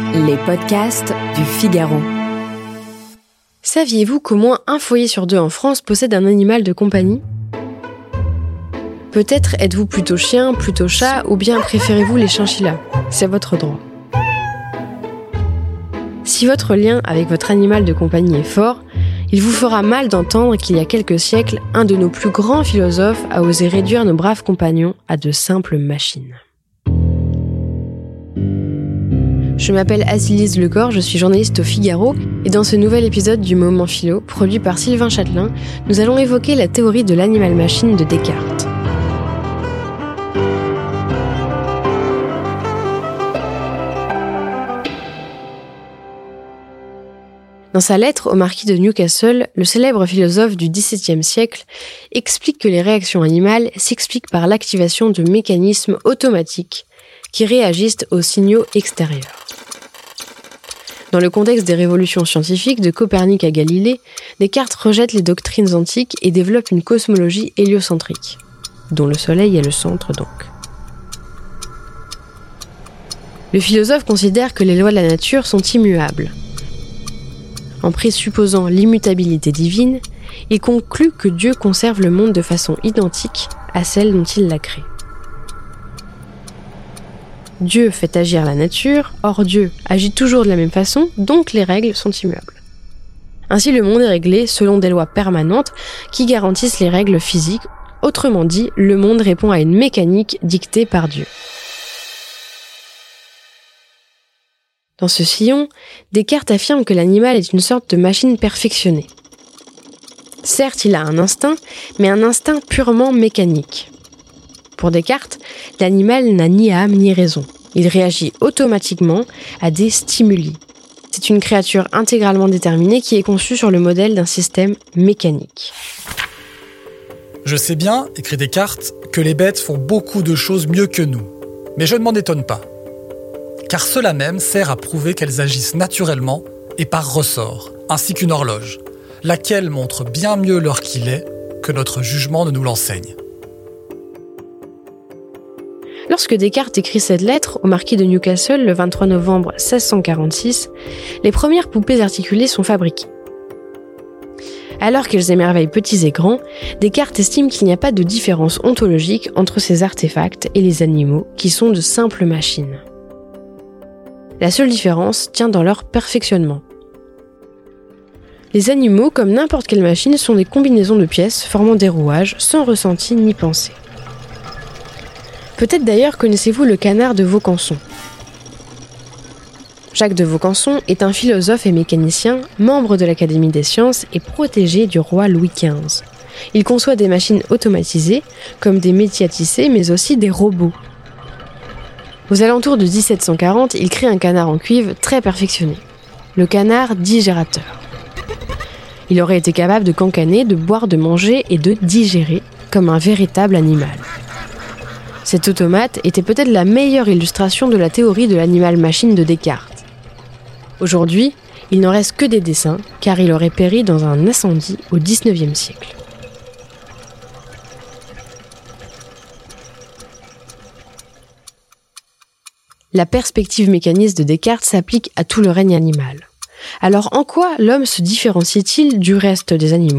Les podcasts du Figaro. Saviez-vous qu'au moins un foyer sur deux en France possède un animal de compagnie ? Peut-être êtes-vous plutôt chien, plutôt chat, ou bien préférez-vous les chinchillas ? C'est votre droit. Si votre lien avec votre animal de compagnie est fort, il vous fera mal d'entendre qu'il y a quelques siècles, un de nos plus grands philosophes a osé réduire nos braves compagnons à de simples machines. Je m'appelle Azilise Lecor, je suis journaliste au Figaro, et dans ce nouvel épisode du Moment Philo, produit par Sylvain Châtelain, nous allons évoquer la théorie de l'animal-machine de Descartes. Dans sa lettre au marquis de Newcastle, le célèbre philosophe du XVIIe siècle explique que les réactions animales s'expliquent par l'activation de mécanismes automatiques qui réagissent aux signaux extérieurs. Dans le contexte des révolutions scientifiques de Copernic à Galilée, Descartes rejette les doctrines antiques et développe une cosmologie héliocentrique, dont le Soleil est le centre donc. Le philosophe considère que les lois de la nature sont immuables. En présupposant l'immutabilité divine, il conclut que Dieu conserve le monde de façon identique à celle dont il l'a créé. Dieu fait agir la nature, or Dieu agit toujours de la même façon, donc les règles sont immuables. Ainsi, le monde est réglé selon des lois permanentes qui garantissent les règles physiques. Autrement dit, le monde répond à une mécanique dictée par Dieu. Dans ce sillon, Descartes affirme que l'animal est une sorte de machine perfectionnée. Certes, il a un instinct, mais un instinct purement mécanique. Pour Descartes, l'animal n'a ni âme ni raison. Il réagit automatiquement à des stimuli. C'est une créature intégralement déterminée qui est conçue sur le modèle d'un système mécanique. Je sais bien, écrit Descartes, que les bêtes font beaucoup de choses mieux que nous. Mais je ne m'en étonne pas. Car cela même sert à prouver qu'elles agissent naturellement et par ressort, ainsi qu'une horloge, laquelle montre bien mieux l'heure qu'il est que notre jugement ne nous l'enseigne. Lorsque Descartes écrit cette lettre au marquis de Newcastle le 23 novembre 1646, les premières poupées articulées sont fabriquées. Alors qu'elles émerveillent petits et grands, Descartes estime qu'il n'y a pas de différence ontologique entre ces artefacts et les animaux, qui sont de simples machines. La seule différence tient dans leur perfectionnement. Les animaux, comme n'importe quelle machine, sont des combinaisons de pièces formant des rouages sans ressenti ni pensée. Peut-être d'ailleurs connaissez-vous le canard de Vaucanson. Jacques de Vaucanson est un philosophe et mécanicien, membre de l'Académie des sciences et protégé du roi Louis XV. Il conçoit des machines automatisées, comme des métiers à tisser, mais aussi des robots. Aux alentours de 1740, il crée un canard en cuivre très perfectionné, le canard digérateur. Il aurait été capable de cancaner, de boire, de manger et de digérer, comme un véritable animal. Cet automate était peut-être la meilleure illustration de la théorie de l'animal-machine de Descartes. Aujourd'hui, il n'en reste que des dessins, car il aurait péri dans un incendie au XIXe siècle. La perspective mécaniste de Descartes s'applique à tout le règne animal. Alors en quoi l'homme se différencie-t-il du reste des animaux ?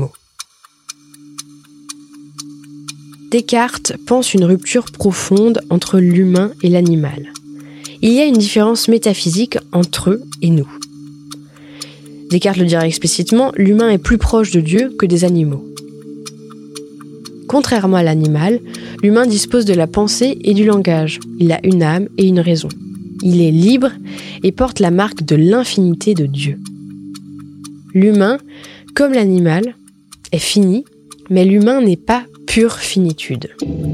Descartes pense une rupture profonde entre l'humain et l'animal. Il y a une différence métaphysique entre eux et nous. Descartes le dira explicitement, l'humain est plus proche de Dieu que des animaux. Contrairement à l'animal, l'humain dispose de la pensée et du langage. Il a une âme et une raison. Il est libre et porte la marque de l'infinité de Dieu. L'humain, comme l'animal, est fini, mais l'humain n'est pas pure finitude.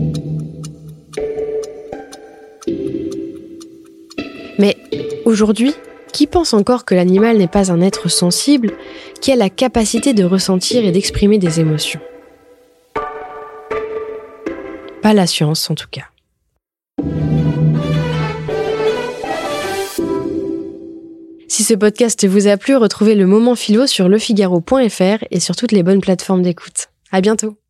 Mais aujourd'hui, qui pense encore que l'animal n'est pas un être sensible, qui a la capacité de ressentir et d'exprimer des émotions ? Pas la science en tout cas. Si ce podcast vous a plu, retrouvez le Moment Philo sur lefigaro.fr et sur toutes les bonnes plateformes d'écoute. À bientôt.